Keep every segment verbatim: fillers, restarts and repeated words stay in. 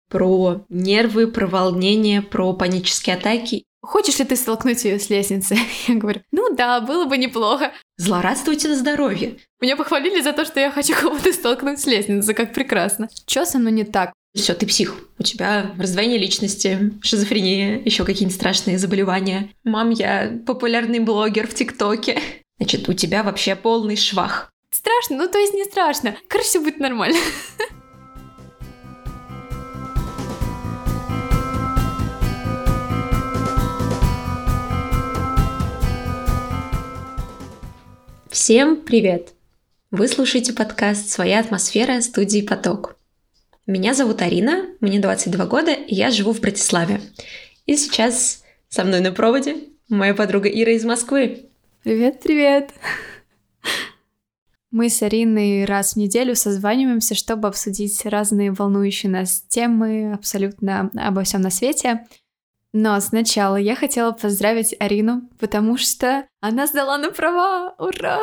про нервы, про волнение, про панические атаки. Хочешь ли ты столкнуть ее с лестницы? Я говорю, ну да, было бы неплохо. Злорадствуйте на здоровье. Меня похвалили за то, что я хочу кого-то столкнуть с лестницы, как прекрасно. Чё со мной не так? Все, ты псих. У тебя раздвоение личности, шизофрения, еще какие-нибудь страшные заболевания. Мам, я популярный блогер в ТикТоке. Значит, у тебя вообще полный швах. Страшно? Ну, то есть не страшно. Короче, все будет нормально. Всем привет! Вы слушаете подкаст «Своя атмосфера» студии «Поток». Меня зовут Арина, мне двадцать два года, и я живу в Братиславе. И сейчас со мной на проводе моя подруга Ира из Москвы. Привет-привет! Мы с Ариной раз в неделю созваниваемся, чтобы обсудить разные волнующие нас темы абсолютно обо всем на свете. Но сначала я хотела поздравить Арину, потому что она сдала на права! Ура!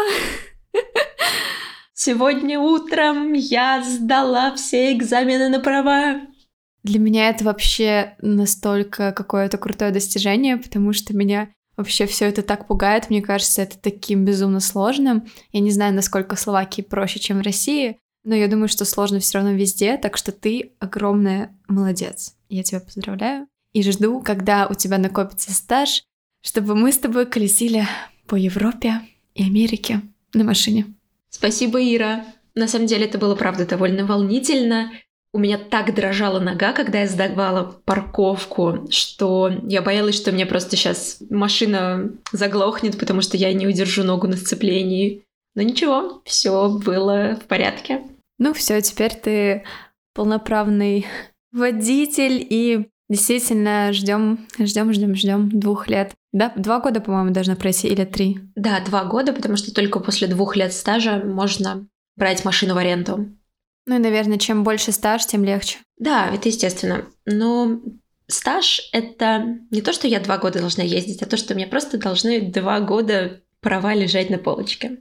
Сегодня утром я сдала все экзамены на права. Для меня это вообще настолько какое-то крутое достижение, потому что меня вообще все это так пугает. Мне кажется, это таким безумно сложным. Я не знаю, насколько в Словакии проще, чем в России, но я думаю, что сложно все равно везде, так что ты огромная молодец. Я тебя поздравляю. И жду, когда у тебя накопится стаж, чтобы мы с тобой колесили по Европе и Америке на машине. Спасибо, Ира. На самом деле это было, правда, довольно волнительно. У меня так дрожала нога, когда я сдавала парковку, что я боялась, что у меня просто сейчас машина заглохнет, потому что я не удержу ногу на сцеплении. Но ничего, все было в порядке. Ну все, теперь ты полноправный водитель и... Действительно, ждем, ждем, ждем, ждем двух лет. Да, два года, по-моему, должно пройти, или три. Да, два года, потому что только после двух лет стажа можно брать машину в аренду. Ну и, наверное, чем больше стаж, тем легче. Да, это естественно. Но стаж — это не то, что я два года должна ездить, а то, что у меня просто должны два года права лежать на полочке.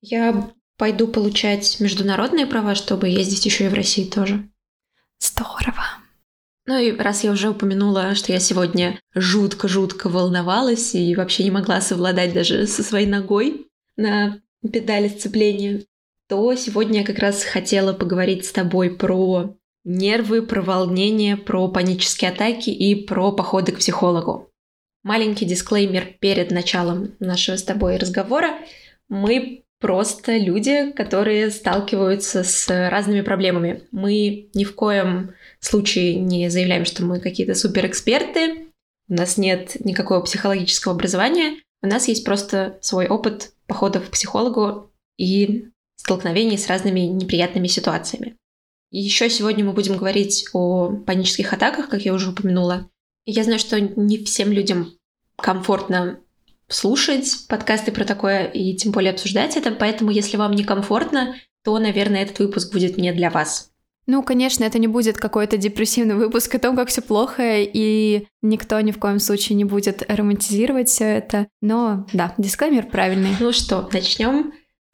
Я пойду получать международные права, чтобы ездить еще и в России тоже. Здорово. Ну и раз я уже упомянула, что я сегодня жутко-жутко волновалась и вообще не могла совладать даже со своей ногой на педали сцепления, то сегодня я как раз хотела поговорить с тобой про нервы, про волнение, про панические атаки и про походы к психологу. Маленький дисклеймер перед началом нашего с тобой разговора. Мы просто люди, которые сталкиваются с разными проблемами. Мы ни в коем случае не заявляем, что мы какие-то суперэксперты, у нас нет никакого психологического образования, у нас есть просто свой опыт походов к психологу и столкновений с разными неприятными ситуациями. И еще сегодня мы будем говорить о панических атаках, как я уже упомянула. И я знаю, что не всем людям комфортно слушать подкасты про такое и тем более обсуждать это, поэтому если вам некомфортно, то, наверное, этот выпуск будет не для вас. Ну, конечно, это не будет какой-то депрессивный выпуск о том, как все плохо, и никто ни в коем случае не будет романтизировать все это. Но да, дисклеймер правильный. Ну что, начнем.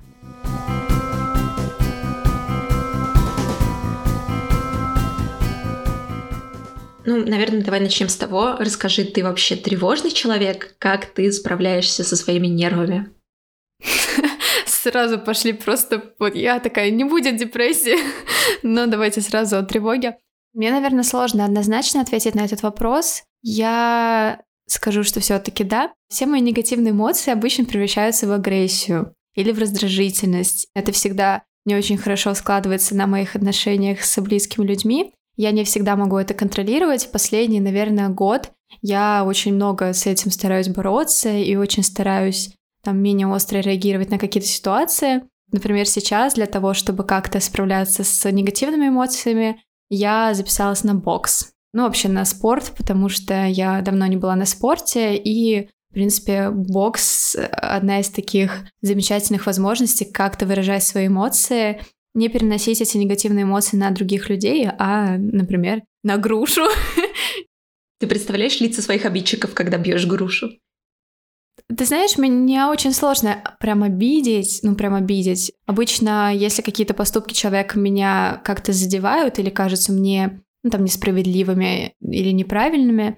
Ну, наверное, давай начнем с того. Расскажи, ты вообще тревожный человек? Как ты справляешься со своими нервами? Сразу пошли просто... Вот я такая, не будет депрессии. Но давайте сразу о тревоге. Мне, наверное, сложно однозначно ответить на этот вопрос. Я скажу, что все-таки да. Все мои негативные эмоции обычно превращаются в агрессию или в раздражительность. Это всегда не очень хорошо складывается на моих отношениях с близкими людьми. Я не всегда могу это контролировать. Последний, наверное, год я очень много с этим стараюсь бороться и очень стараюсь там менее остро реагировать на какие-то ситуации. Например, сейчас для того, чтобы как-то справляться с негативными эмоциями, я записалась на бокс. Ну, вообще на спорт, потому что я давно не была на спорте, и, в принципе, бокс — одна из таких замечательных возможностей как-то выражать свои эмоции, не переносить эти негативные эмоции на других людей, а, например, на грушу. Ты представляешь лица своих обидчиков, когда бьешь грушу? Ты знаешь, меня очень сложно прям обидеть, ну прям обидеть. Обычно, если какие-то поступки человека меня как-то задевают или кажутся мне ну, там, несправедливыми или неправильными,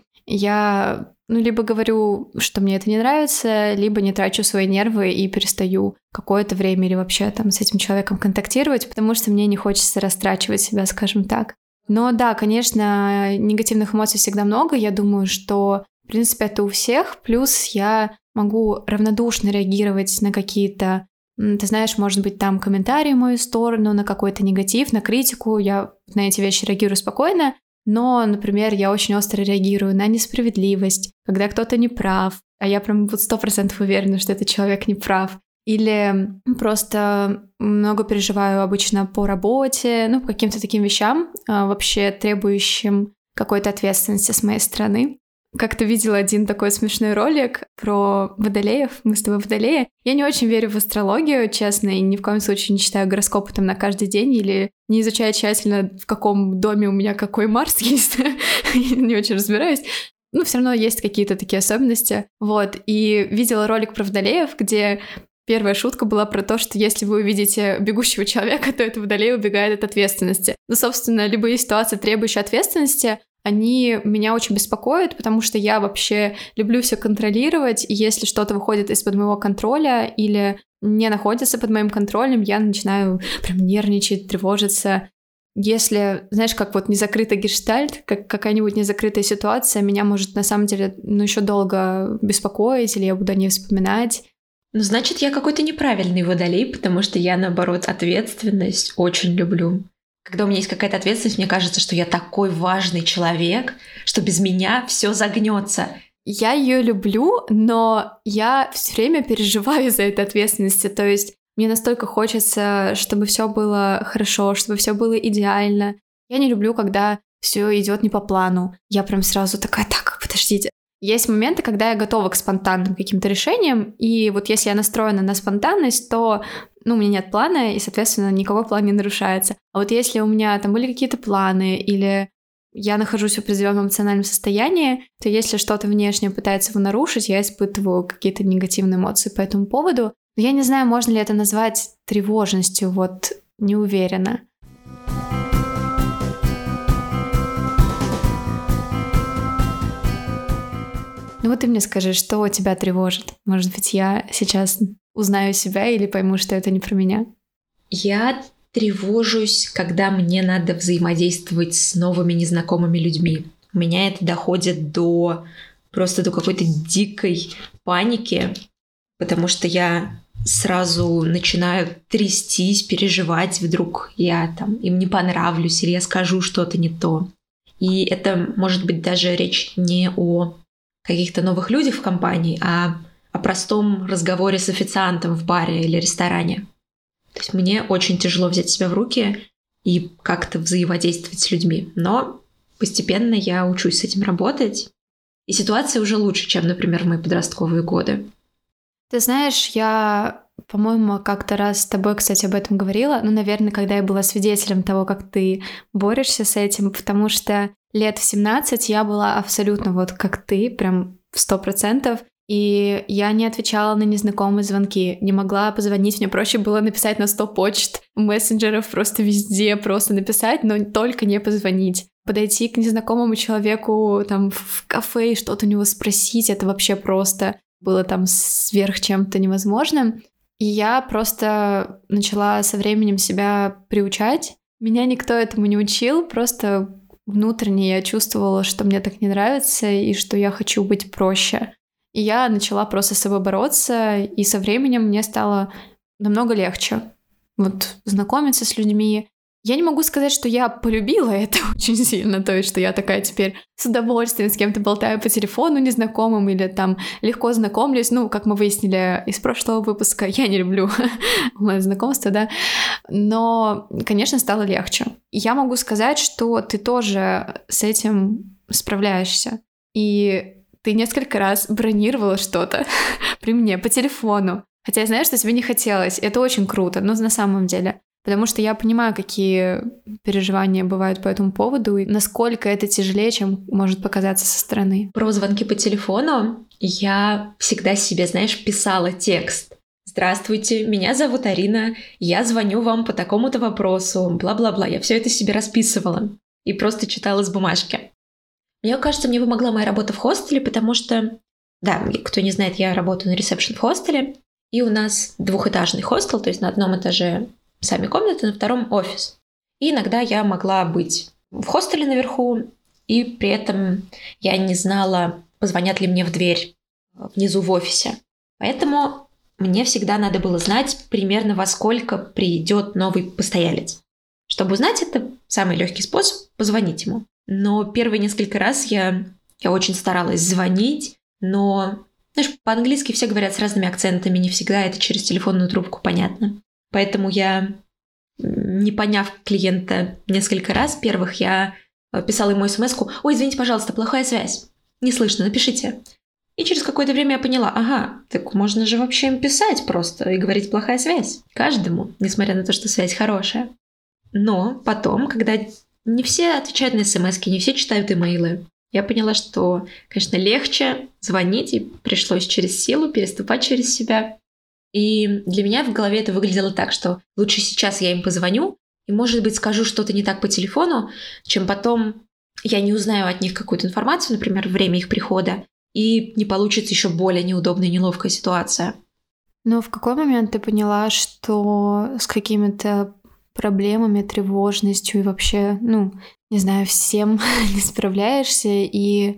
я, ну, либо говорю, что мне это не нравится, либо не трачу свои нервы и перестаю какое-то время или вообще там с этим человеком контактировать, потому что мне не хочется растрачивать себя, скажем так. Но да, конечно, негативных эмоций всегда много. Я думаю, что, в принципе, это у всех. Плюс я могу равнодушно реагировать на какие-то, ты знаешь, может быть, там комментарии в мою сторону, на какой-то негатив, на критику. Я на эти вещи реагирую спокойно. Но, например, я очень остро реагирую на несправедливость, когда кто-то не прав, а я прям вот сто процентов уверена, что этот человек не прав. Или просто много переживаю обычно по работе, ну, по каким-то таким вещам, вообще требующим какой-то ответственности с моей стороны. Как-то видела один такой смешной ролик про водолеев, мы с тобой водолеи. Я не очень верю в астрологию, честно, и ни в коем случае не читаю гороскопы там на каждый день или не изучаю тщательно, в каком доме у меня какой Марс есть. Не очень разбираюсь. Ну, все равно есть какие-то такие особенности. Вот, и видела ролик про водолеев, где первая шутка была про то, что если вы увидите бегущего человека, то это водолей убегает от ответственности. Ну, собственно, любые ситуации, требующие ответственности, они меня очень беспокоят, потому что я вообще люблю все контролировать, и если что-то выходит из-под моего контроля или не находится под моим контролем, я начинаю прям нервничать, тревожиться. Если, знаешь, как вот незакрытый гештальт, как какая-нибудь незакрытая ситуация меня может на самом деле ну, еще долго беспокоить, или я буду о ней вспоминать. Ну, значит, я какой-то неправильный водолей, потому что я, наоборот, ответственность очень люблю. Когда у меня есть какая-то ответственность, мне кажется, что я такой важный человек, что без меня все загнется. Я ее люблю, но я все время переживаю за эту ответственность. То есть мне настолько хочется, чтобы все было хорошо, чтобы все было идеально. Я не люблю, когда все идет не по плану. Я прям сразу такая: так, подождите. Есть моменты, когда я готова к спонтанным каким-то решениям, и вот если я настроена на спонтанность, то ну, у меня нет плана, и, соответственно, никакой план не нарушается. А вот если у меня там были какие-то планы, или я нахожусь в определенном эмоциональном состоянии, то если что-то внешнее пытается его нарушить, я испытываю какие-то негативные эмоции по этому поводу. Но я не знаю, можно ли это назвать тревожностью, вот не уверена. Ну вот ты мне скажи, что тебя тревожит? Может быть, я сейчас узнаю себя или пойму, что это не про меня? Я тревожусь, когда мне надо взаимодействовать с новыми незнакомыми людьми. У меня это доходит до просто до какой-то дикой паники, потому что я сразу начинаю трястись, переживать, вдруг я там им не понравлюсь или я скажу что-то не то. И это может быть даже речь не о каких-то новых людях в компании, а о простом разговоре с официантом в баре или ресторане. То есть мне очень тяжело взять себя в руки и как-то взаимодействовать с людьми. Но постепенно я учусь с этим работать. И ситуация уже лучше, чем, например, в мои подростковые годы. Ты знаешь, я, по-моему, как-то раз с тобой, кстати, об этом говорила. Ну, наверное, когда я была свидетелем того, как ты борешься с этим, потому что лет в семнадцать я была абсолютно вот как ты, прям в сто процентов. И я не отвечала на незнакомые звонки, не могла позвонить, мне проще было написать на сто почт, мессенджеров, просто везде просто написать, но только не позвонить. Подойти к незнакомому человеку там в кафе и что-то у него спросить, это вообще просто было там сверх чем-то невозможным. И я просто начала со временем себя приучать. Меня никто этому не учил, просто внутренне я чувствовала, что мне так не нравится и что я хочу быть проще. И я начала просто с собой бороться, и со временем мне стало намного легче вот знакомиться с людьми. Я не могу сказать, что я полюбила это очень сильно, то есть, что я такая теперь с удовольствием с кем-то болтаю по телефону незнакомым или там легко знакомлюсь. Ну, как мы выяснили из прошлого выпуска, я не люблю знакомства, да. Но, конечно, стало легче. Я могу сказать, что ты тоже с этим справляешься. И ты несколько раз бронировала что-то при мне по телефону. Хотя я знаю, что тебе не хотелось. Это очень круто, но на самом деле. Потому что я понимаю, какие переживания бывают по этому поводу и насколько это тяжелее, чем может показаться со стороны. Про звонки по телефону я всегда себе, знаешь, писала текст. «Здравствуйте, меня зовут Арина, я звоню вам по такому-то вопросу, бла-бла-бла». Я все это себе расписывала. и просто читала с бумажки. Мне кажется, мне помогла моя работа в хостеле, потому что, да, кто не знает, я работаю на ресепшн в хостеле, и у нас двухэтажный хостел, то есть на одном этаже сами комнаты, на втором офис. И иногда я могла быть в хостеле наверху, и при этом я не знала, позвонят ли мне в дверь внизу в офисе. Поэтому мне всегда надо было знать примерно во сколько придет новый постоялец. Чтобы узнать, это самый легкий способ — позвонить ему. Но первые несколько раз я, я очень старалась звонить, но, знаешь, по-английски все говорят с разными акцентами, не всегда это через телефонную трубку понятно. Поэтому я, не поняв клиента несколько раз первых, я писала ему смс-ку: «Ой, извините, пожалуйста, плохая связь. Не слышно, напишите». И через какое-то время я поняла: ага, так можно же вообще им писать просто и говорить «плохая связь» каждому, несмотря на то, что связь хорошая. Но потом, когда не все отвечают на смс-ки, не все читают имейлы, я поняла, что, конечно, легче звонить, и пришлось через силу переступать через себя. И для меня в голове это выглядело так, что лучше сейчас я им позвоню и, может быть, скажу что-то не так по телефону, чем потом я не узнаю от них какую-то информацию, например, время их прихода, и не получится еще более неудобная и неловкая ситуация. Но в какой момент ты поняла, что с какими-то проблемами, тревожностью и вообще, ну, не знаю, всем не справляешься, и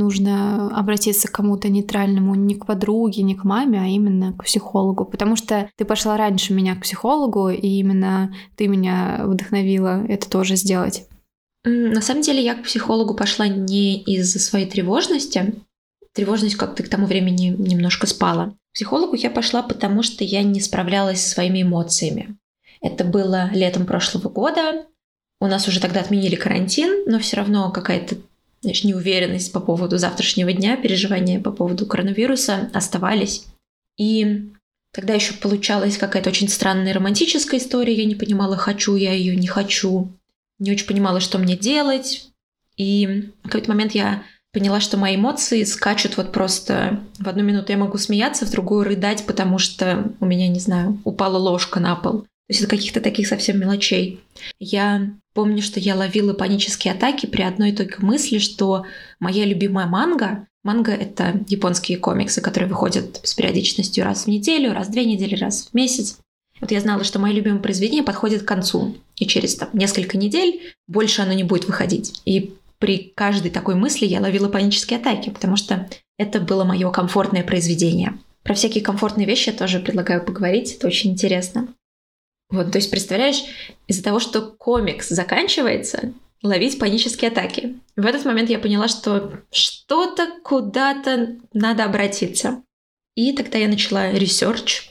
нужно обратиться к кому-то нейтральному, не к подруге, не к маме, а именно к психологу? Потому что ты пошла раньше меня к психологу, и именно ты меня вдохновила это тоже сделать. На самом деле я к психологу пошла не из-за своей тревожности. Тревожность как-то к тому времени немножко спала. К психологу я пошла, потому что я не справлялась со своими эмоциями. Это было летом прошлого года. У нас уже тогда отменили карантин, но все равно какая-то, знаешь, неуверенность по поводу завтрашнего дня, переживания по поводу коронавируса оставались. И тогда еще получалась какая-то очень странная романтическая история. Я не понимала, хочу я ее, не хочу. Не очень понимала, что мне делать. И в какой-то момент я поняла, что мои эмоции скачут вот просто... В одну минуту я могу смеяться, в другую рыдать, потому что у меня, не знаю, упала ложка на пол. То есть это каких-то таких совсем мелочей. Я помню, что я ловила панические атаки при одной только мысли, что моя любимая манга... Манга — это японские комиксы, которые выходят с периодичностью раз в неделю, раз в две недели, раз в месяц. Вот я знала, что мое любимое произведение подходит к концу, и через там, несколько недель больше оно не будет выходить. И при каждой такой мысли я ловила панические атаки, потому что это было мое комфортное произведение. Про всякие комфортные вещи я тоже предлагаю поговорить, это очень интересно. Вот, то есть, представляешь, из-за того, что комикс заканчивается, ловить панические атаки. В этот момент я поняла, что что-то куда-то надо обратиться. И тогда я начала ресерч.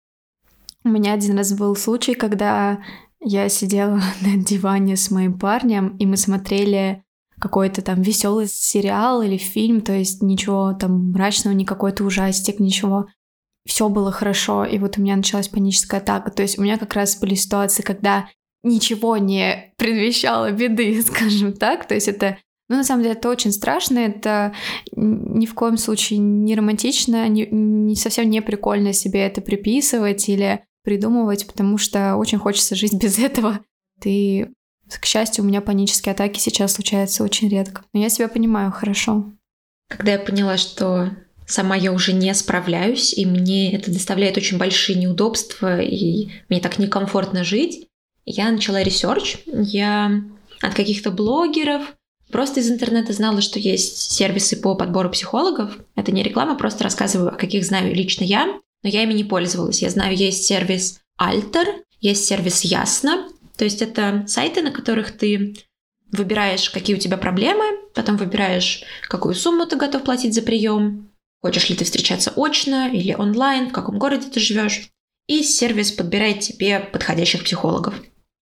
У меня один раз был случай, когда я сидела на диване с моим парнем, и мы смотрели какой-то там веселый сериал или фильм, то есть ничего там мрачного, не какой-то ужастик, ничего. Все было хорошо, и вот у меня началась паническая атака. То есть у меня как раз были ситуации, когда ничего не предвещало беды, скажем так. То есть это, ну, на самом деле, это очень страшно, это ни в коем случае не романтично, не, не совсем не прикольно себе это приписывать или придумывать, потому что очень хочется жить без этого. И, к счастью, у меня панические атаки сейчас случаются очень редко. Но я себя понимаю хорошо. Когда я поняла, что сама я уже не справляюсь, и мне это доставляет очень большие неудобства, и мне так некомфортно жить, я начала ресерч. Я от каких-то блогеров просто из интернета знала, что есть сервисы по подбору психологов. Это не реклама, просто рассказываю, о каких знаю лично я, но я ими не пользовалась. Я знаю, есть сервис Альтер, есть сервис Ясно. То есть это сайты, на которых ты выбираешь, какие у тебя проблемы, потом выбираешь, какую сумму ты готов платить за прием, хочешь ли ты встречаться очно или онлайн, в каком городе ты живешь. И сервис подбирает тебе подходящих психологов.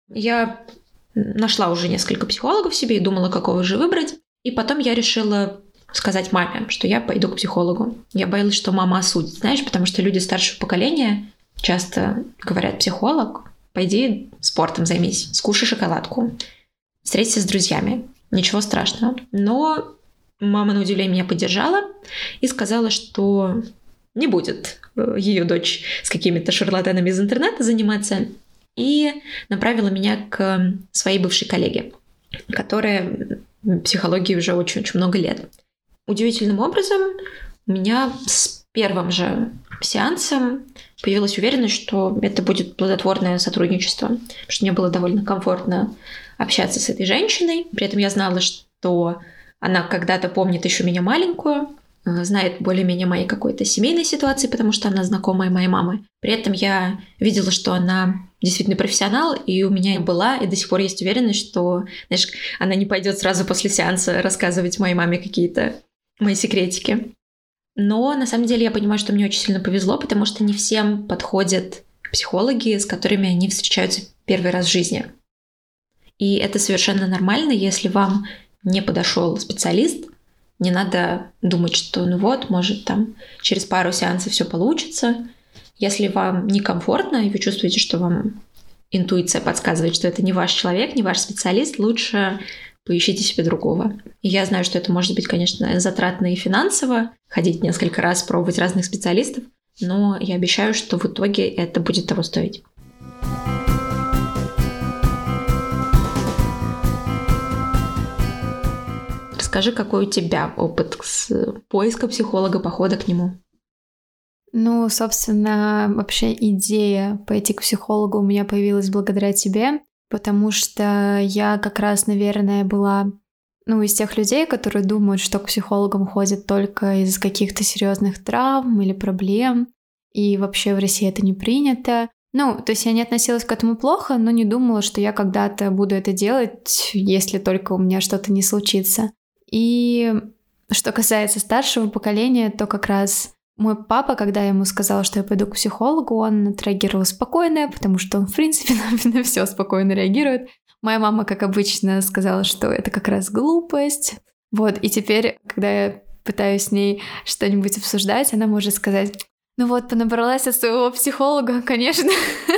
Я нашла уже несколько психологов себе и думала, какого же выбрать. И потом я решила сказать маме, что я пойду к психологу. Я боялась, что мама осудит, знаешь, потому что люди старшего поколения часто говорят: психолог, пойди спортом займись, скушай шоколадку, встреться с друзьями, ничего страшного. Но мама, на удивление, меня поддержала и сказала, что не будет ее дочь с какими-то шарлатанами из интернета заниматься, и направила меня к своей бывшей коллеге. которая в психологии уже очень-очень много лет. Удивительным образом у меня с первым же сеансом появилась уверенность, что это будет плодотворное сотрудничество, потому что мне было довольно комфортно общаться с этой женщиной. При этом я знала, что она когда-то помнит еще меня маленькую, знает более-менее моей какой-то семейной ситуации, потому что она знакомая моей мамы. При этом я видела, что она действительно профессионал, и у меня была, и до сих пор есть уверенность, что, знаешь, она не пойдет сразу после сеанса рассказывать моей маме какие-то мои секретики. Но на самом деле я понимаю, что мне очень сильно повезло, потому что не всем подходят психологи, с которыми они встречаются первый раз в жизни. И это совершенно нормально, если вам не подошел специалист. Не надо думать, что ну вот, может, там через пару сеансов все получится. Если вам некомфортно, и вы чувствуете, что вам интуиция подсказывает, что это не ваш человек, не ваш специалист, лучше поищите себе другого. И я знаю, что это может быть, конечно, затратно и финансово, ходить несколько раз, пробовать разных специалистов, но я обещаю, что в итоге это будет того стоить. Расскажи, какой у тебя опыт с поиска психолога, похода к нему? Ну, собственно, вообще идея пойти к психологу у меня появилась благодаря тебе, потому что я как раз, наверное, была, ну, из тех людей, которые думают, что к психологам ходят только из каких-то серьезных травм или проблем, и вообще в России это не принято. Ну, то есть я не относилась к этому плохо, но не думала, что я когда-то буду это делать, если только у меня что-то не случится. И что касается старшего поколения, то как раз мой папа, когда я ему сказала, что я пойду к психологу, он отреагировал спокойно, потому что он, в принципе, на, на все спокойно реагирует. Моя мама, как обычно, сказала, что это как раз глупость. Вот, и теперь, когда я пытаюсь с ней что-нибудь обсуждать, она может сказать: ну вот, понабралась от своего психолога, конечно.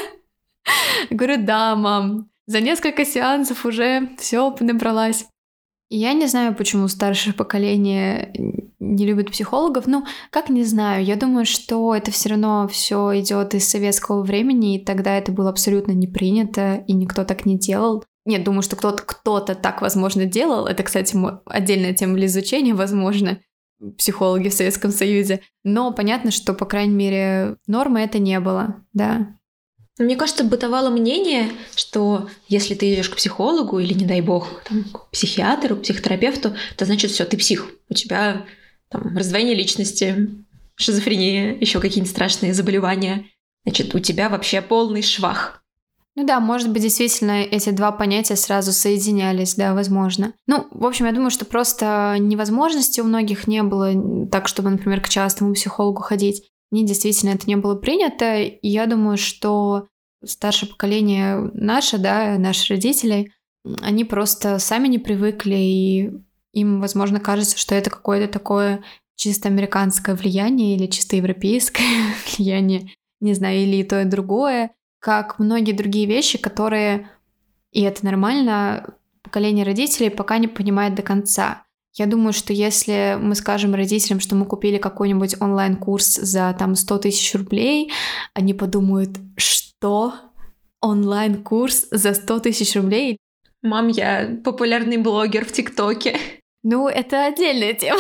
Говорю: да, мам, за несколько сеансов уже все понабралась. И я не знаю, почему старшее поколение не любит психологов. Ну, как не знаю, я думаю, что это все равно все идет из советского времени, и тогда это было абсолютно не принято, и никто так не делал. Нет, думаю, что кто-то, кто-то так, возможно, делал. Это, кстати, отдельная тема для изучения, возможно, психологи в Советском Союзе. Но понятно, что, по крайней мере, нормы это не было, да. Мне кажется, бытовало мнение, что если ты идешь к психологу или, не дай бог, там, к психиатру, к психотерапевту, то значит все, ты псих. У тебя там раздвоение личности, шизофрения, еще какие-нибудь страшные заболевания. Значит, у тебя вообще полный швах. Ну да, может быть, действительно эти два понятия сразу соединялись, да, возможно. Ну, в общем, я думаю, что просто невозможности у многих не было так, чтобы, например, к частному психологу ходить. Мне действительно это не было принято, и я думаю, что старшее поколение наше, да, наши родители, они просто сами не привыкли, и им, возможно, кажется, что это какое-то такое чисто американское влияние или чисто европейское влияние, не знаю, или и то, и другое, как многие другие вещи, которые, и это нормально, поколение родителей пока не понимает до конца. Я думаю, что если мы скажем родителям, что мы купили какой-нибудь онлайн-курс за там сто тысяч рублей, они подумают: что? Онлайн-курс за сто тысяч рублей? Мам, я популярный блогер в ТикТоке. Ну, это отдельная тема.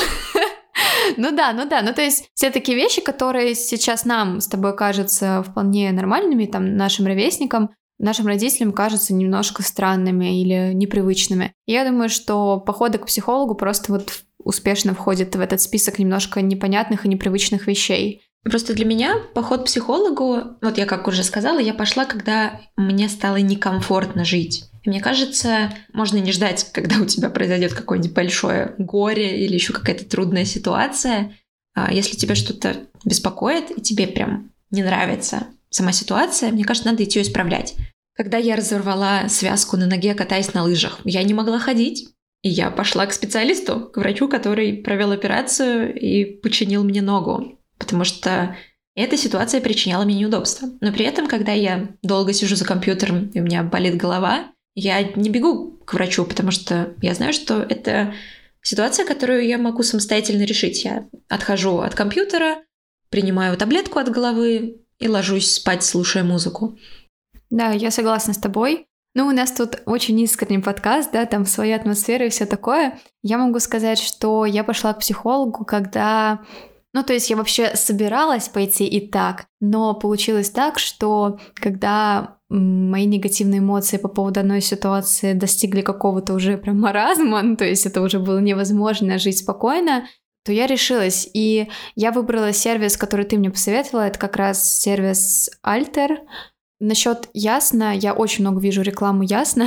Ну да, ну да, ну то есть все такие вещи, которые сейчас нам с тобой кажутся вполне нормальными, там, нашим ровесникам, нашим родителям кажутся немножко странными или непривычными. Я думаю, что походы к психологу просто вот успешно входят в этот список немножко непонятных и непривычных вещей. Просто для меня поход к психологу, вот я как уже сказала, я пошла, когда мне стало некомфортно жить. И мне кажется, можно не ждать, когда у тебя произойдет какое-нибудь большое горе или еще какая-то трудная ситуация. Если тебя что-то беспокоит и тебе прям не нравится сама ситуация, мне кажется, надо идти ее исправлять. Когда я разорвала связку на ноге, катаясь на лыжах, я не могла ходить. И я пошла к специалисту, к врачу, который провел операцию и починил мне ногу. Потому что эта ситуация причиняла мне неудобства. Но при этом, когда я долго сижу за компьютером и у меня болит голова, я не бегу к врачу, потому что я знаю, что это ситуация, которую я могу самостоятельно решить. Я отхожу от компьютера, принимаю таблетку от головы и ложусь спать, слушая музыку. Да, я согласна с тобой. Ну, у нас тут очень искренний подкаст, да, там своя атмосфера и все такое. Я могу сказать, что я пошла к психологу, когда... Ну, то есть я вообще собиралась пойти и так, но получилось так, что когда мои негативные эмоции по поводу одной ситуации достигли какого-то уже прям маразма, ну, то есть это уже было невозможно жить спокойно, то я решилась, и я выбрала сервис, который ты мне посоветовала, это как раз сервис Alter. Насчет Ясно, я очень много вижу рекламу Ясно.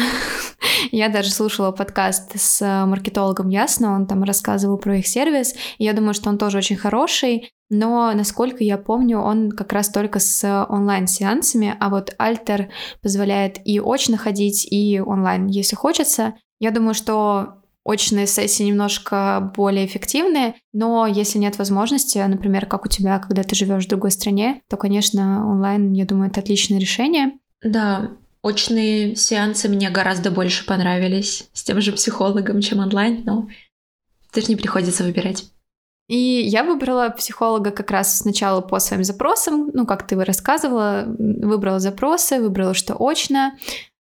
Я даже слушала подкаст с маркетологом Ясно, он там рассказывал про их сервис, и я думаю, что он тоже очень хороший, но, насколько я помню, он как раз только с онлайн-сеансами, а вот Alter позволяет и очно ходить, и онлайн, если хочется. Я думаю, что очные сессии немножко более эффективные, но если нет возможности, например, как у тебя, когда ты живешь в другой стране, то, конечно, онлайн, я думаю, это отличное решение. Да, очные сеансы мне гораздо больше понравились с тем же психологом, чем онлайн, но тоже не приходится выбирать. И я выбрала психолога как раз сначала по своим запросам, ну, как ты рассказывала, выбрала запросы, выбрала, что очно,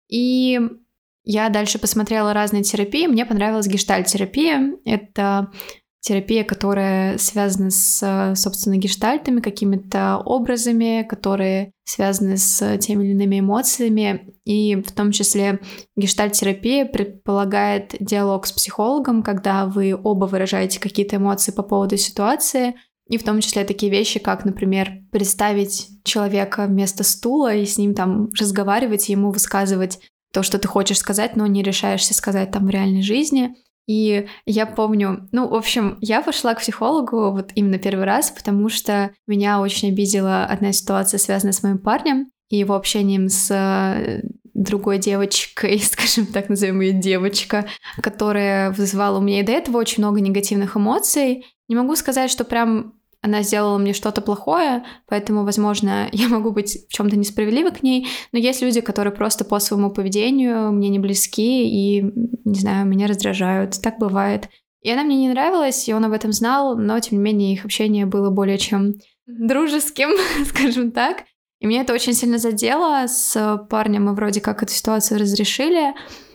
и я дальше посмотрела разные терапии, мне понравилась гештальт-терапия, это терапия, которая связана с, собственно, гештальтами, какими-то образами, которые связаны с теми или иными эмоциями. И в том числе гештальт-терапия предполагает диалог с психологом, когда вы оба выражаете какие-то эмоции по поводу ситуации. И в том числе такие вещи, как, например, представить человека вместо стула и с ним там разговаривать, и ему высказывать то, что ты хочешь сказать, но не решаешься сказать там в реальной жизни. И я помню, ну, в общем, я пошла к психологу вот именно первый раз, потому что меня очень обидела одна ситуация, связанная с моим парнем и его общением с другой девочкой, скажем так, назовем ее девочка, которая вызывала у меня и до этого очень много негативных эмоций. Не могу сказать, что прям она сделала мне что-то плохое, поэтому, возможно, я могу быть в чем-то несправедлива к ней, но есть люди, которые просто по своему поведению мне не близки и, не знаю, меня раздражают. Так бывает. И она мне не нравилась, и он об этом знал, но, тем не менее, их общение было более чем дружеским, скажем так. И меня это очень сильно задело. С парнем мы вроде как эту ситуацию разрешили,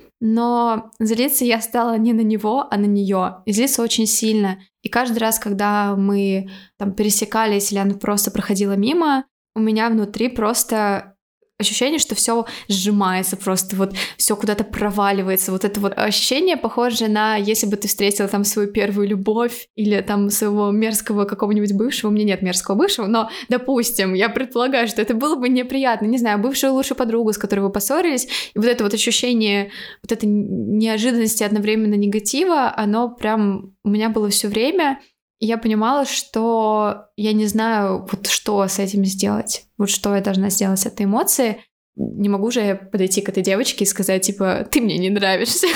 но злиться я стала не на него, а на нее. И злиться очень сильно. И каждый раз, когда мы там пересекались или она просто проходила мимо, у меня внутри просто ощущение, что все сжимается, просто вот все куда-то проваливается. Вот это вот ощущение похоже на, если бы ты встретила там свою первую любовь или там своего мерзкого какого-нибудь бывшего. У меня нет мерзкого бывшего, но, допустим, я предполагаю, что это было бы неприятно. Не знаю, бывшую лучшую подругу, с которой вы поссорились. И вот это вот ощущение вот этой неожиданности, одновременно негатива, оно прям у меня было все время. И я понимала, что я не знаю, вот что с этим сделать. Вот что я должна сделать с этой эмоцией. Не могу же я подойти к этой девочке и сказать, типа, ты мне не нравишься,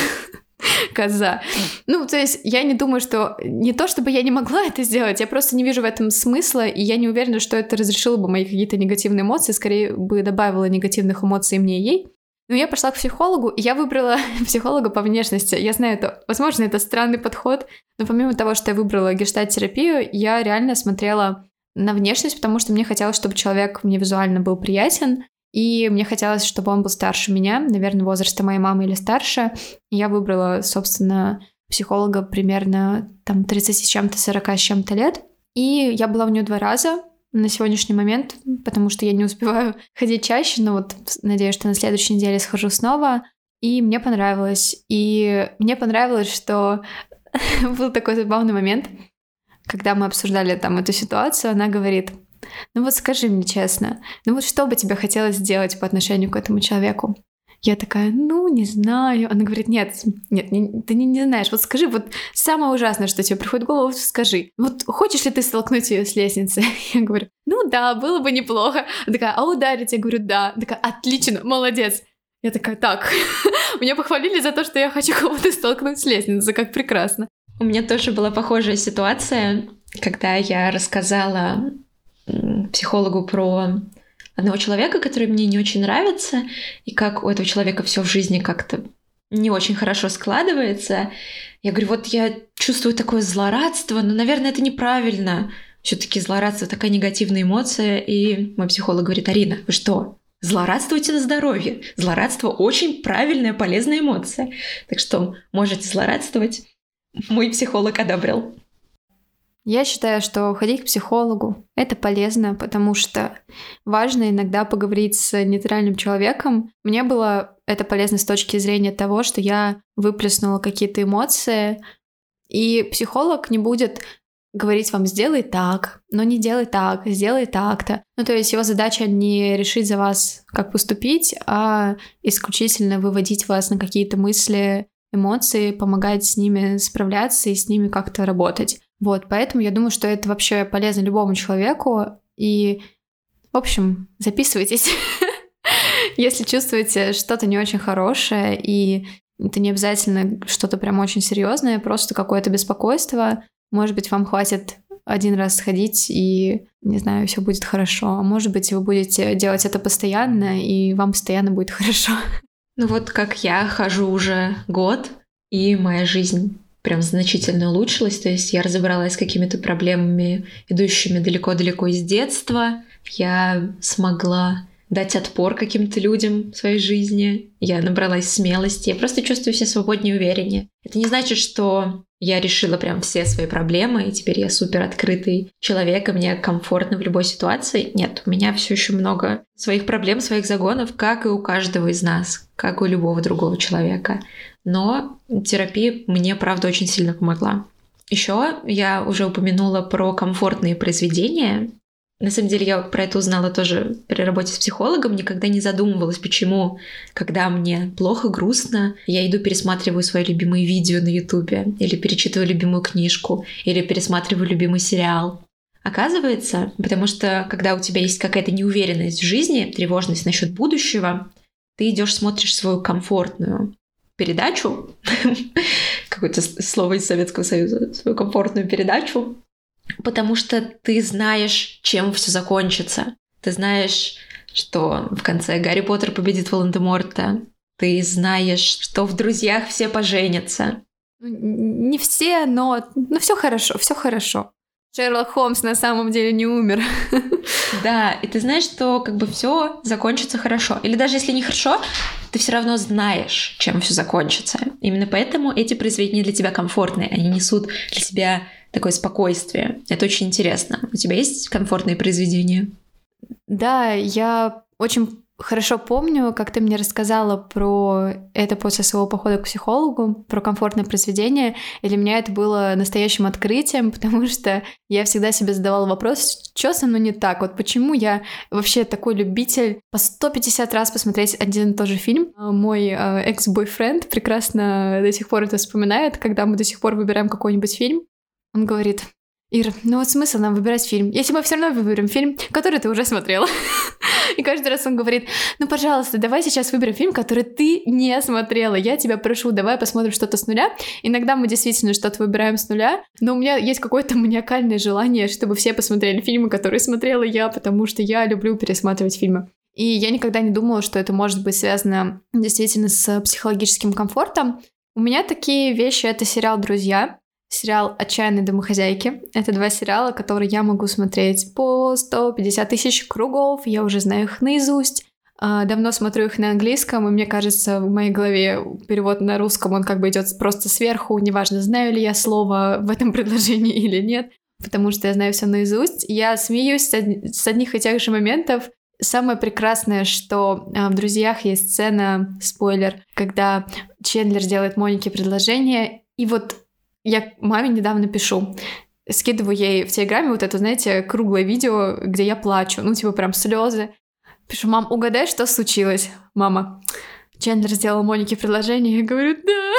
коза. Ну, то есть я не думаю, что... Не то, чтобы я не могла это сделать, я просто не вижу в этом смысла, и я не уверена, что это разрешило бы мои какие-то негативные эмоции, скорее бы добавило негативных эмоций мне и ей. Но я пошла к психологу, и я выбрала психолога по внешности. Я знаю, это, возможно, это странный подход, но помимо того, что я выбрала гештальт-терапию, я реально смотрела на внешность, потому что мне хотелось, чтобы человек мне визуально был приятен, и мне хотелось, чтобы он был старше меня, наверное, возраста моей мамы или старше. И я выбрала, собственно, психолога примерно там тридцать с чем-то, сорок с чем-то лет. И я была у нее два раза на сегодняшний момент, потому что я не успеваю ходить чаще, но вот надеюсь, что на следующей неделе схожу снова. И мне понравилось. И мне понравилось, что был такой забавный момент, когда мы обсуждали там эту ситуацию, она говорит: ну вот скажи мне честно, ну вот что бы тебе хотелось сделать по отношению к этому человеку? Я такая, ну, не знаю. Она говорит, нет, нет, не, ты не, не знаешь. Вот скажи, вот самое ужасное, что тебе приходит в голову, вот скажи. Вот хочешь ли ты столкнуть ее с лестницы? Я говорю, ну да, было бы неплохо. Она такая, а ударить? Я говорю, да. Она такая, отлично, молодец. Я такая, так, меня похвалили за то, что я хочу кого-то столкнуть с лестницы, как прекрасно. У меня тоже была похожая ситуация, когда я рассказала психологу про одного человека, который мне не очень нравится, и как у этого человека все в жизни как-то не очень хорошо складывается. Я говорю, вот я чувствую такое злорадство, но, наверное, это неправильно. Все-таки злорадство — такая негативная эмоция. И мой психолог говорит, Арина, вы что? Злорадствуйте на здоровье. Злорадство очень правильная, полезная эмоция. Так что можете злорадствовать. Мой психолог одобрил. Я считаю, что ходить к психологу — это полезно, потому что важно иногда поговорить с нейтральным человеком. Мне было это полезно с точки зрения того, что я выплеснула какие-то эмоции, и психолог не будет говорить вам «сделай так», но не делай так, сделай так-то. Ну, то есть его задача не решить за вас, как поступить, а исключительно выводить вас на какие-то мысли, эмоции, помогать с ними справляться и с ними как-то работать. Вот, поэтому я думаю, что это вообще полезно любому человеку. И, в общем, записывайтесь, если чувствуете что-то не очень хорошее, и это не обязательно что-то прям очень серьезное, просто какое-то беспокойство. Может быть, вам хватит один раз сходить, и, не знаю, все будет хорошо. А может быть, вы будете делать это постоянно, и вам постоянно будет хорошо. Ну вот как я хожу уже год, и моя жизнь прям значительно улучшилась. То есть я разобралась с какими-то проблемами, идущими далеко-далеко из детства. Я смогла дать отпор каким-то людям в своей жизни. Я набралась смелости. Я просто чувствую себя свободнее и увереннее. Это не значит, что я решила прям все свои проблемы, и теперь я супер открытый человек, и мне комфортно в любой ситуации. Нет, у меня все еще много своих проблем, своих загонов, как и у каждого из нас, как и у любого другого человека. Но терапия мне, правда, очень сильно помогла. Еще я уже упомянула про комфортные произведения. На самом деле я про это узнала тоже при работе с психологом, никогда не задумывалась, почему, когда мне плохо, грустно, я иду пересматриваю свои любимые видео на Ютубе, или перечитываю любимую книжку, или пересматриваю любимый сериал. Оказывается, потому что когда у тебя есть какая-то неуверенность в жизни, тревожность насчет будущего, ты идешь смотришь свою комфортную передачу, какое-то слово из Советского Союза, свою комфортную передачу, потому что ты знаешь, чем все закончится. Ты знаешь, что в конце Гарри Поттер победит Волан-де-Морта. Ты знаешь, что в «Друзьях» все поженятся. Не все, но ну, все хорошо, все хорошо. Шерлок Холмс на самом деле не умер. Да, и ты знаешь, что как бы все закончится хорошо. Или даже если не хорошо, ты все равно знаешь, чем все закончится. Именно поэтому эти произведения для тебя комфортные. Они несут для тебя такое спокойствие. Это очень интересно. У тебя есть комфортные произведения? Да, я очень хорошо помню, как ты мне рассказала про это после своего похода к психологу, про комфортное произведение, и для меня это было настоящим открытием, потому что я всегда себе задавала вопрос, что со мной не так, вот почему я вообще такой любитель по сто пятьдесят раз посмотреть один и тот же фильм. Мой э, экс-бойфренд прекрасно до сих пор это вспоминает, когда мы до сих пор выбираем какой-нибудь фильм, он говорит: Ир, ну вот смысл нам выбирать фильм, если мы все равно выберем фильм, который ты уже смотрела. И каждый раз он говорит: ну, пожалуйста, давай сейчас выберем фильм, который ты не смотрела. Я тебя прошу, давай посмотрим что-то с нуля. Иногда мы действительно что-то выбираем с нуля, но у меня есть какое-то маниакальное желание, чтобы все посмотрели фильмы, которые смотрела я, потому что я люблю пересматривать фильмы. И я никогда не думала, что это может быть связано действительно с психологическим комфортом. У меня такие вещи — это сериал «Друзья», сериал «Отчаянные домохозяйки». Это два сериала, которые я могу смотреть по сто пятьдесят тысяч кругов. Я уже знаю их наизусть. Давно смотрю их на английском, и мне кажется, в моей голове перевод на русском, он как бы идет просто сверху. Неважно, знаю ли я слово в этом предложении или нет, потому что я знаю все наизусть. Я смеюсь с одних и тех же моментов. Самое прекрасное, что в «Друзьях» есть сцена, спойлер, когда Чендлер делает Монике предложение, и вот я маме недавно пишу, скидываю ей в Телеграме вот это, знаете, круглое видео, где я плачу, ну, типа прям слезы. Пишу: мам, угадай, что случилось? Мама: Чендлер сделал Монике предложение. Я говорю: да.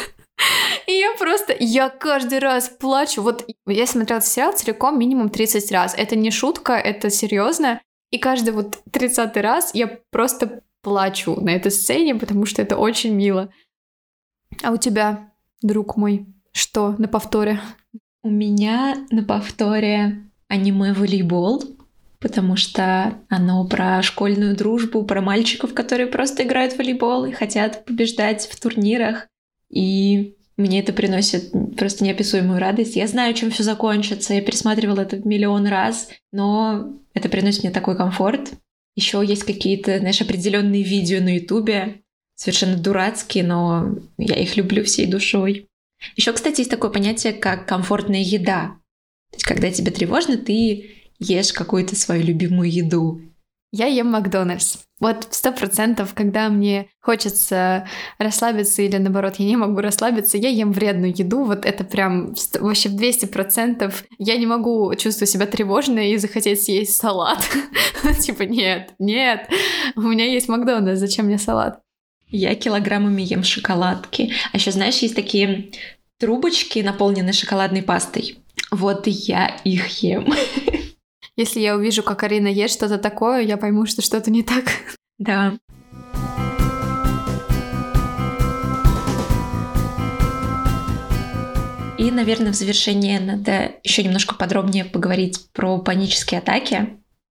И я просто, я каждый раз плачу. Вот я смотрела этот сериал целиком минимум тридцать раз. Это не шутка, это серьезно. И каждый вот тридцатый раз я просто плачу на этой сцене, потому что это очень мило. А у тебя, друг мой, что на повторе? У меня на повторе аниме «Волейбол», потому что оно про школьную дружбу, про мальчиков, которые просто играют в волейбол и хотят побеждать в турнирах. И мне это приносит просто неописуемую радость. Я знаю, чем все закончится, я пересматривала это миллион раз, но это приносит мне такой комфорт. Еще есть какие-то, знаешь, определенные видео на Ютубе, совершенно дурацкие, но я их люблю всей душой. Еще, кстати, есть такое понятие, как комфортная еда. То есть, когда тебе тревожно, ты ешь какую-то свою любимую еду. Я ем Макдональдс. Вот сто процентов, когда мне хочется расслабиться или, наоборот, я не могу расслабиться, я ем вредную еду. Вот это прям вообще в двести процентов. Я не могу чувствовать себя тревожно и захотеть съесть салат. Типа нет, нет, у меня есть Макдональдс, зачем мне салат? Я килограммами ем шоколадки. А еще, знаешь, есть такие трубочки, наполненные шоколадной пастой. Вот я их ем. Если я увижу, как Арина ест что-то такое, я пойму, что что-то не так. Да. И, наверное, в завершение надо еще немножко подробнее поговорить про панические атаки.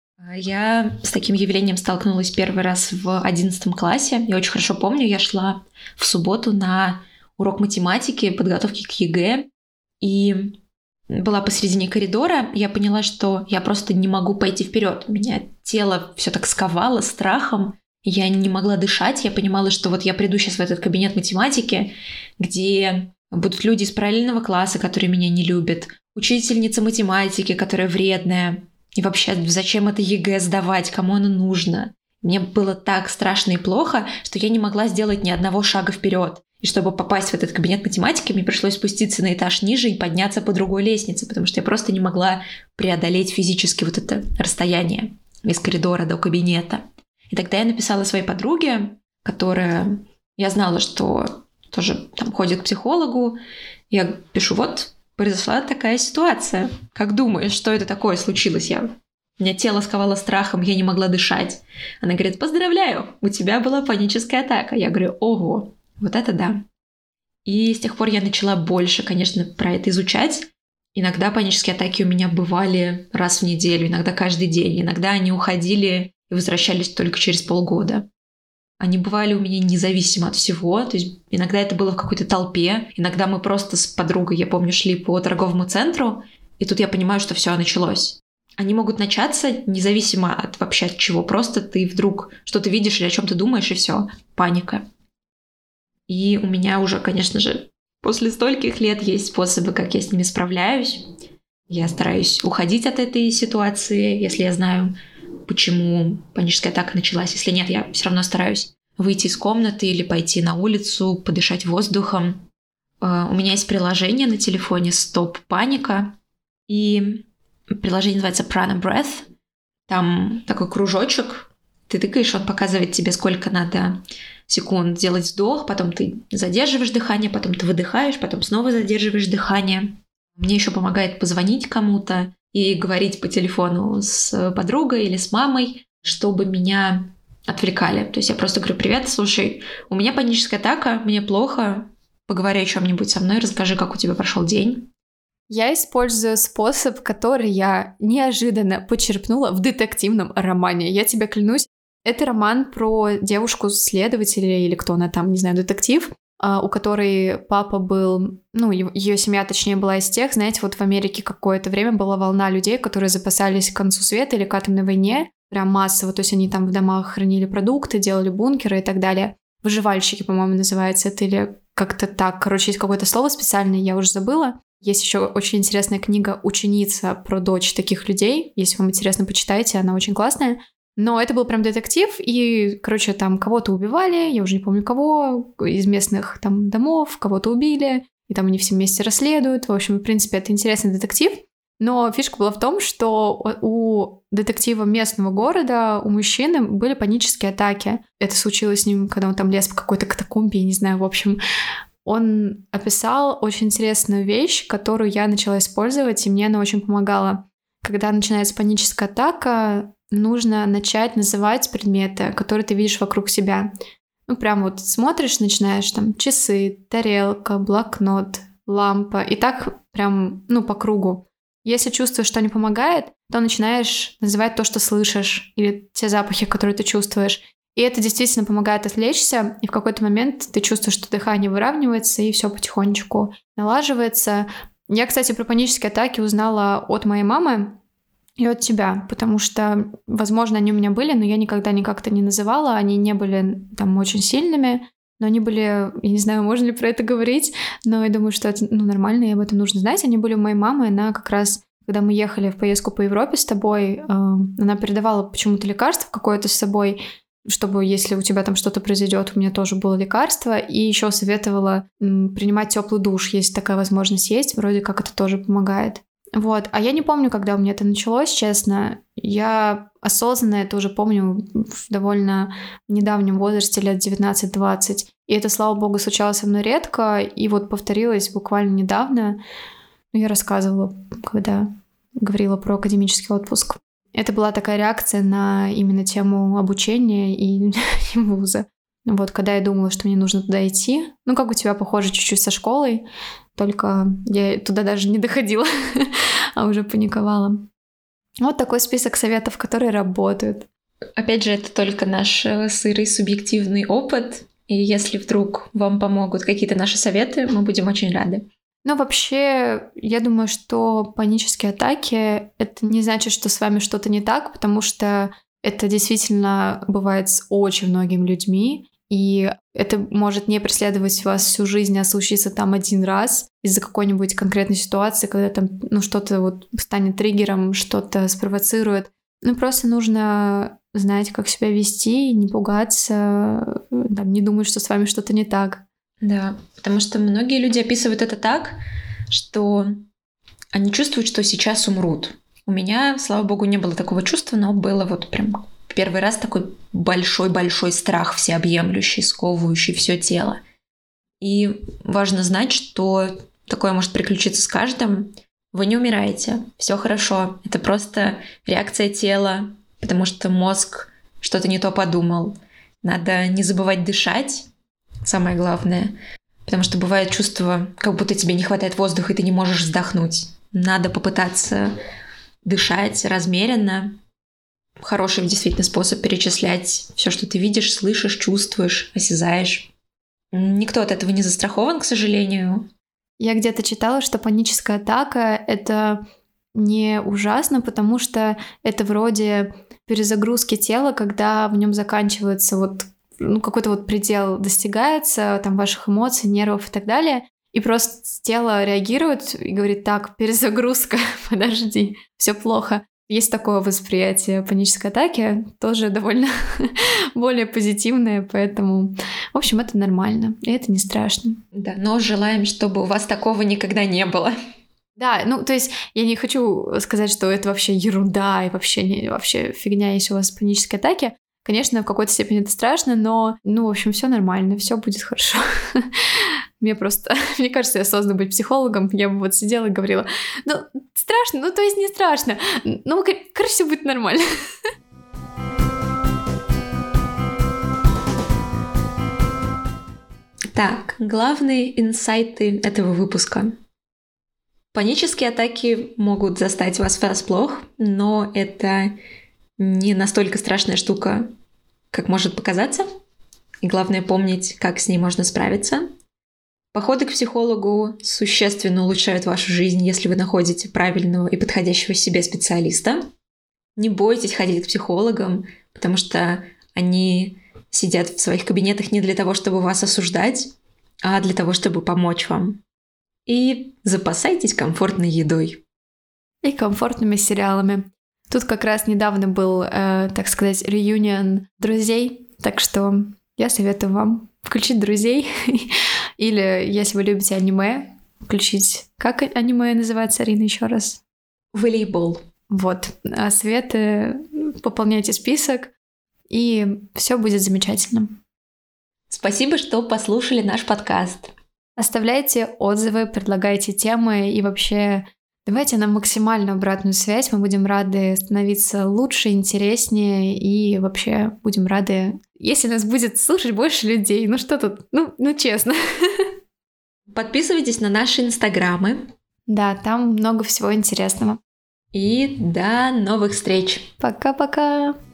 Я с таким явлением столкнулась первый раз в одиннадцатом классе. Я очень хорошо помню, я шла в субботу на урок математики, подготовки к ЕГЭ, и была посередине коридора, я поняла, что я просто не могу пойти вперед. Меня тело все так сковало страхом, я не могла дышать. Я понимала, что вот я приду сейчас в этот кабинет математики, где будут люди из параллельного класса, которые меня не любят, учительница математики, которая вредная. И вообще, зачем это ЕГЭ сдавать, кому оно нужно? Мне было так страшно и плохо, что я не могла сделать ни одного шага вперед. И чтобы попасть в этот кабинет математики, мне пришлось спуститься на этаж ниже и подняться по другой лестнице, потому что я просто не могла преодолеть физически вот это расстояние из коридора до кабинета. И тогда я написала своей подруге, которая... Я знала, что тоже там ходит к психологу. Я пишу, вот, произошла такая ситуация. Как думаешь, что это такое случилось? Я... У меня тело сковало страхом, я не могла дышать. Она говорит, поздравляю, у тебя была паническая атака. Я говорю, ого. Вот это да. И с тех пор я начала больше, конечно, про это изучать. Иногда панические атаки у меня бывали раз в неделю, иногда каждый день. Иногда они уходили и возвращались только через полгода. Они бывали у меня независимо от всего. То есть иногда это было в какой-то толпе. Иногда мы просто с подругой, я помню, шли по торговому центру. И тут я понимаю, что все началось. Они могут начаться независимо от вообще от чего. Просто ты вдруг что-то видишь или о чем-то думаешь, и все, паника. И у меня уже, конечно же, после стольких лет есть способы, как я с ними справляюсь. Я стараюсь уходить от этой ситуации, если я знаю, почему паническая атака началась. Если нет, я все равно стараюсь выйти из комнаты или пойти на улицу, подышать воздухом. У меня есть приложение на телефоне «Стоп Паника», и приложение называется Prana Breath. Там такой кружочек, ты тыкаешь, он показывает тебе, сколько надо секунд делать вдох, потом ты задерживаешь дыхание, потом ты выдыхаешь, потом снова задерживаешь дыхание. Мне еще помогает позвонить кому-то и говорить по телефону с подругой или с мамой, чтобы меня отвлекали. То есть я просто говорю, привет, слушай, у меня паническая атака, мне плохо, поговори о чем-нибудь со мной, расскажи, как у тебя прошел день. Я использую способ, который я неожиданно почерпнула в детективном романе. Я тебе клянусь, это роман про девушку-следователя или кто она там, не знаю, детектив, у которой папа был, ну, ее семья, точнее, была из тех, знаете, вот в Америке какое-то время была волна людей, которые запасались к концу света или к атомной войне, прям массово, то есть они там в домах хранили продукты, делали бункеры и так далее. Выживальщики, по-моему, называется это, или как-то так. Короче, есть какое-то слово специальное, я уже забыла. Есть еще очень интересная книга «Ученица» про дочь таких людей. Если вам интересно, почитайте, она очень классная. Но это был прям детектив, и, короче, там кого-то убивали, я уже не помню кого, из местных там домов, кого-то убили, и там они все вместе расследуют. В общем, в принципе, это интересный детектив. Но фишка была в том, что у детектива местного города, у мужчины были панические атаки. Это случилось с ним, когда он там лез по какой-то катакомбе, я не знаю, в общем. Он описал очень интересную вещь, которую я начала использовать, и мне она очень помогала. Когда начинается паническая атака, нужно начать называть предметы, которые ты видишь вокруг себя. Ну, прям вот смотришь, начинаешь там часы, тарелка, блокнот, лампа, и так прям, ну, по кругу. Если чувствуешь, что не помогает, то начинаешь называть то, что слышишь, или те запахи, которые ты чувствуешь. И это действительно помогает отвлечься, и в какой-то момент ты чувствуешь, что дыхание выравнивается, и все потихонечку налаживается. Я, кстати, про панические атаки узнала от моей мамы. и от тебя, потому что, возможно, они у меня были, но я никогда ни как-то не называла, они не были там очень сильными, но они были, я не знаю, можно ли про это говорить, но я думаю, что это ну, нормально, и об этом нужно знать. Они были у моей мамы, она как раз, когда мы ехали в поездку по Европе с тобой, э, она передавала почему-то лекарство какое-то с собой, чтобы, если у тебя там что-то произойдет, у меня тоже было лекарство, и еще советовала м, принимать теплый душ, если такая возможность есть, вроде как это тоже помогает. Вот, а я не помню, когда у меня это началось, честно. Я осознанно это уже помню в довольно недавнем возрасте, лет девятнадцать-двадцать. И это, слава богу, случалось со мной редко, и вот повторилось буквально недавно. Ну, я рассказывала, когда говорила про академический отпуск. Это была такая реакция на именно тему обучения и, и вуза. Вот, когда я думала, что мне нужно туда идти, ну, как у тебя, похоже, чуть-чуть со школой, только я туда даже не доходила, а уже паниковала. Вот такой список советов, которые работают. Опять же, это только наш сырый субъективный опыт, и если вдруг вам помогут какие-то наши советы, мы будем очень рады. Ну, вообще, я думаю, что панические атаки — это не значит, что с вами что-то не так, потому что это действительно бывает с очень многими людьми, и это может не преследовать вас всю жизнь, а случиться там один раз из-за какой-нибудь конкретной ситуации, когда там ну, что-то вот станет триггером, что-то спровоцирует. Ну, просто нужно знать, как себя вести, не пугаться, там, не думать, что с вами что-то не так. Да, потому что многие люди описывают это так, что они чувствуют, что сейчас умрут. У меня, слава богу, не было такого чувства, но было вот прям первый раз такой большой-большой страх, всеобъемлющий, сковывающий все тело. И важно знать, что такое может приключиться с каждым. Вы не умираете, все хорошо. Это просто реакция тела, потому что мозг что-то не то подумал. Надо не забывать дышать, самое главное, потому что бывает чувство, как будто тебе не хватает воздуха, и ты не можешь вздохнуть. Надо попытаться дышать размеренно. Хороший действительно способ перечислять все, что ты видишь, слышишь, чувствуешь, осязаешь. Никто от этого не застрахован, к сожалению. Я где-то читала, что паническая атака — это не ужасно, потому что это вроде перезагрузки тела, когда в нем заканчивается вот ну, какой-то вот предел достигается, там, ваших эмоций, нервов и так далее, и просто тело реагирует и говорит: так, перезагрузка, подожди, все плохо. Есть такое восприятие панической атаки, тоже довольно более позитивное, поэтому, в общем, это нормально, и это не страшно. Да, но желаем, чтобы у вас такого никогда не было. Да, ну, то есть я не хочу сказать, что это вообще ерунда и вообще, не, вообще фигня, если у вас панические атаки. Конечно, в какой-то степени это страшно, но, ну, в общем, все нормально, все будет хорошо. Мне просто, мне кажется, я создана быть психологом, я бы вот сидела и говорила: ну, страшно, ну, то есть не страшно, ну, короче, все будет нормально. Так, главные инсайты этого выпуска. Панические атаки могут застать вас врасплох, но это не настолько страшная штука, как может показаться. И главное помнить, как с ней можно справиться. Походы к психологу существенно улучшают вашу жизнь, если вы находите правильного и подходящего себе специалиста. Не бойтесь ходить к психологам, потому что они сидят в своих кабинетах не для того, чтобы вас осуждать, а для того, чтобы помочь вам. И запасайтесь комфортной едой. И комфортными сериалами. Тут как раз недавно был, э, так сказать, реюнион друзей, так что я советую вам включить друзей. Или, если вы любите аниме, включить... Как аниме называется, Арина, еще раз? Волейбол. Вот. А советы, пополняйте список, и все будет замечательно. Спасибо, что послушали наш подкаст. Оставляйте отзывы, предлагайте темы и вообще давайте нам максимальную обратную связь. Мы будем рады становиться лучше, интереснее и вообще будем рады, если нас будет слушать больше людей. Ну что тут? Ну, ну честно. Подписывайтесь на наши инстаграмы. Да, там много всего интересного. И до новых встреч. Пока-пока.